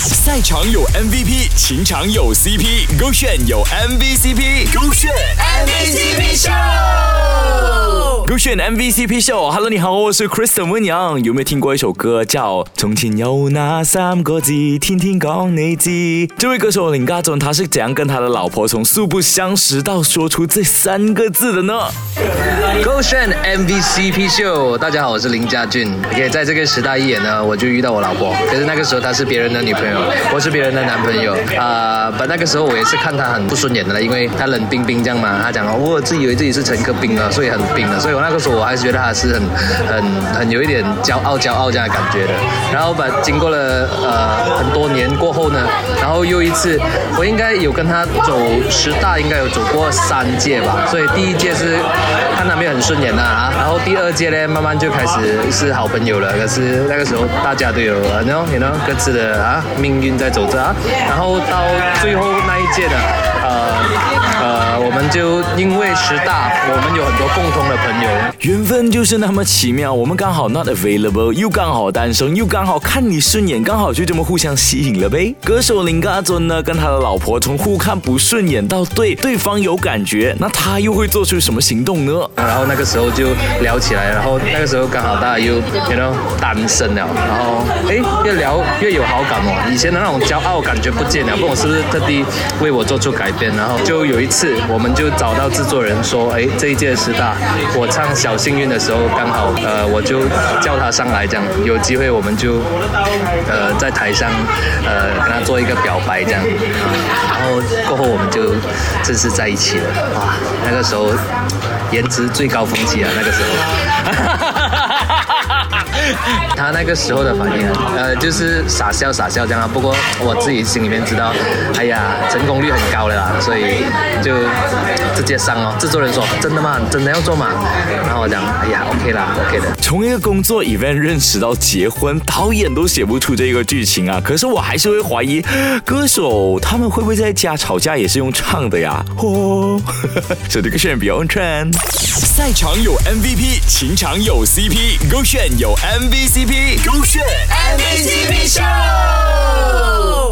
赛场有 MVP， 情场有 CP， 勾选有 MVCp， 勾选 MVCp Show， 勾选 MVCp Show。Hello， 你好，我是 Kristen 温阳。有没有听过一首歌叫《從前有那三個字，天天講你知》？这位歌手林家俊，他是怎样跟他的老婆从素不相识到说出这3个字的呢？ 勾选 MVCp Show， 大家好，我是林家俊。OK， 在这个时代一眼呢，我就遇到我老婆，可是那个时候她是别人的女朋友，我是别人的男朋友。那个时候我也是看她很不顺眼的了，因为她冷冰冰这样嘛，她讲我自己以为自己是陈克冰了，所以很冰了，所以我那个时候我还是觉得她是很有一点骄傲这样的感觉的。然后经过了很多年过后呢，然后又一次，我应该有跟她走10大，应该有走过3届吧，所以第1届是看她没有很顺眼啊，然后第2届呢，慢慢就开始是好朋友了。可是那个时候大家都有各自的命运在走着啊，然后到最后那一届的我们就因为10大，我们有很多共同的朋友， 缘分就是那么奇妙，我们刚好 not available， 又刚好单身，又刚好看你顺眼，刚好就这么互相吸引了呗。歌手林家俊呢，跟他的老婆从互看不顺眼到对方有感觉，那他又会做出什么行动呢？ 然后那个时候就聊起来，然后那个时候刚好大家又单身了，然后越聊越有好感哦，以前的那种骄傲感觉不见了，不懂是不是特地为我做出改变。然后就有一次我们就找到制作人说，这一届10大我唱小幸运的时候，刚好我就叫他上来，这样有机会我们就在台上跟他做一个表白这样，然后过后我们就正式在一起了。哇，那个时候颜值最高峰期啊，那个时候他那个时候的反应就是傻笑这样啊。不过我自己心里面知道，成功率很高了啦，所以就直接上哦。制作人说真的吗？真的要做吗？然后我讲OK 啦 ，OK 的。 从一个工作 event 认识到结婚，导演都写不出这个剧情啊。可是我还是会怀疑，歌手他们会不会在家吵架也是用唱的呀？所以这个选 Beyond Trend。赛场有 MVP， 情场有 CP， 勾选有MVCp， 勾选 MVCp Show。